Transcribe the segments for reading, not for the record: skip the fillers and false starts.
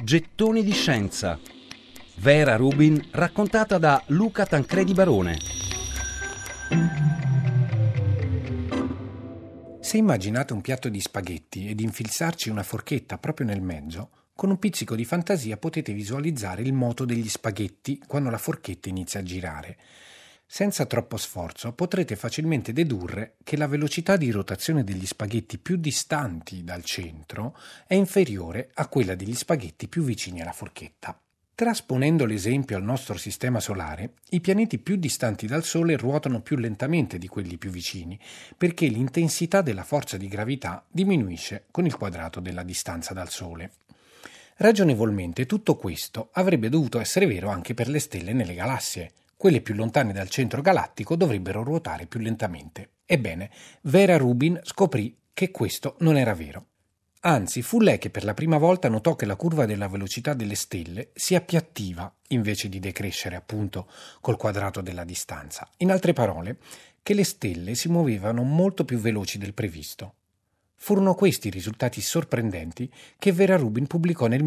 Gettoni di scienza. Vera Rubin raccontata da Luca Tancredi Barone. Se immaginate un piatto di spaghetti ed infilzarci una forchetta proprio nel mezzo, con un pizzico di fantasia potete visualizzare il moto degli spaghetti quando la forchetta inizia a girare. Senza troppo sforzo potrete facilmente dedurre che la velocità di rotazione degli spaghetti più distanti dal centro è inferiore a quella degli spaghetti più vicini alla forchetta. Trasponendo l'esempio al nostro sistema solare, i pianeti più distanti dal Sole ruotano più lentamente di quelli più vicini, perché l'intensità della forza di gravità diminuisce con il quadrato della distanza dal Sole. Ragionevolmente tutto questo avrebbe dovuto essere vero anche per le stelle nelle galassie. Quelle più lontane dal centro galattico dovrebbero ruotare più lentamente. Ebbene, Vera Rubin scoprì che questo non era vero. Anzi, fu lei che per la prima volta notò che la curva della velocità delle stelle si appiattiva invece di decrescere, appunto, col quadrato della distanza. In altre parole, che le stelle si muovevano molto più veloci del previsto. Furono questi i risultati sorprendenti che Vera Rubin pubblicò nel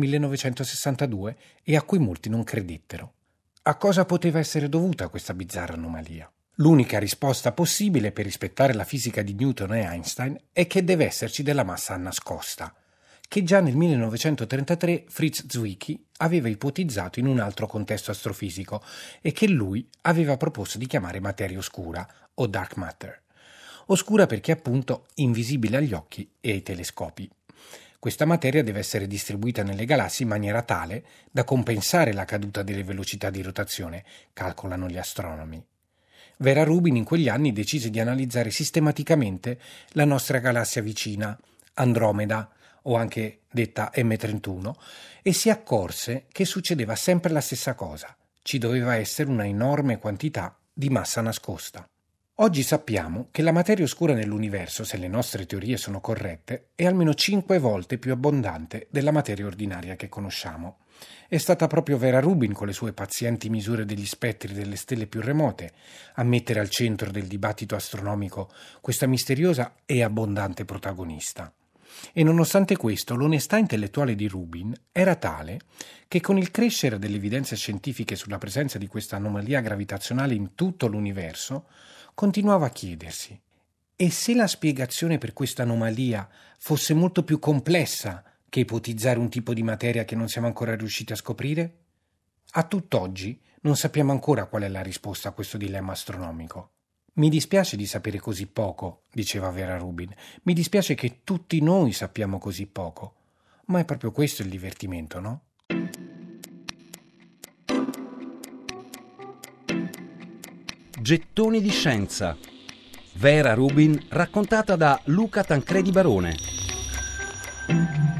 1962 e a cui molti non credettero. A cosa poteva essere dovuta questa bizzarra anomalia? L'unica risposta possibile per rispettare la fisica di Newton e Einstein è che deve esserci della massa nascosta, che già nel 1933 Fritz Zwicky aveva ipotizzato in un altro contesto astrofisico e che lui aveva proposto di chiamare materia oscura o dark matter. Oscura perché appunto invisibile agli occhi e ai telescopi. Questa materia deve essere distribuita nelle galassie in maniera tale da compensare la caduta delle velocità di rotazione, calcolano gli astronomi. Vera Rubin in quegli anni decise di analizzare sistematicamente la nostra galassia vicina, Andromeda, o anche detta M31, e si accorse che succedeva sempre la stessa cosa. Ci doveva essere una enorme quantità di massa nascosta. Oggi sappiamo che la materia oscura nell'universo, se le nostre teorie sono corrette, è almeno 5 volte più abbondante della materia ordinaria che conosciamo. È stata proprio Vera Rubin, con le sue pazienti misure degli spettri delle stelle più remote, a mettere al centro del dibattito astronomico questa misteriosa e abbondante protagonista. E nonostante questo, l'onestà intellettuale di Rubin era tale che con il crescere delle evidenze scientifiche sulla presenza di questa anomalia gravitazionale in tutto l'universo, continuava a chiedersi: e se la spiegazione per questa anomalia fosse molto più complessa che ipotizzare un tipo di materia che non siamo ancora riusciti a scoprire? A tutt'oggi non sappiamo ancora qual è la risposta a questo dilemma astronomico. Mi dispiace di sapere così poco, diceva Vera Rubin. Mi dispiace che tutti noi sappiamo così poco. Ma è proprio questo il divertimento, no? Gettoni di scienza. Vera Rubin raccontata da Luca Tancredi Barone.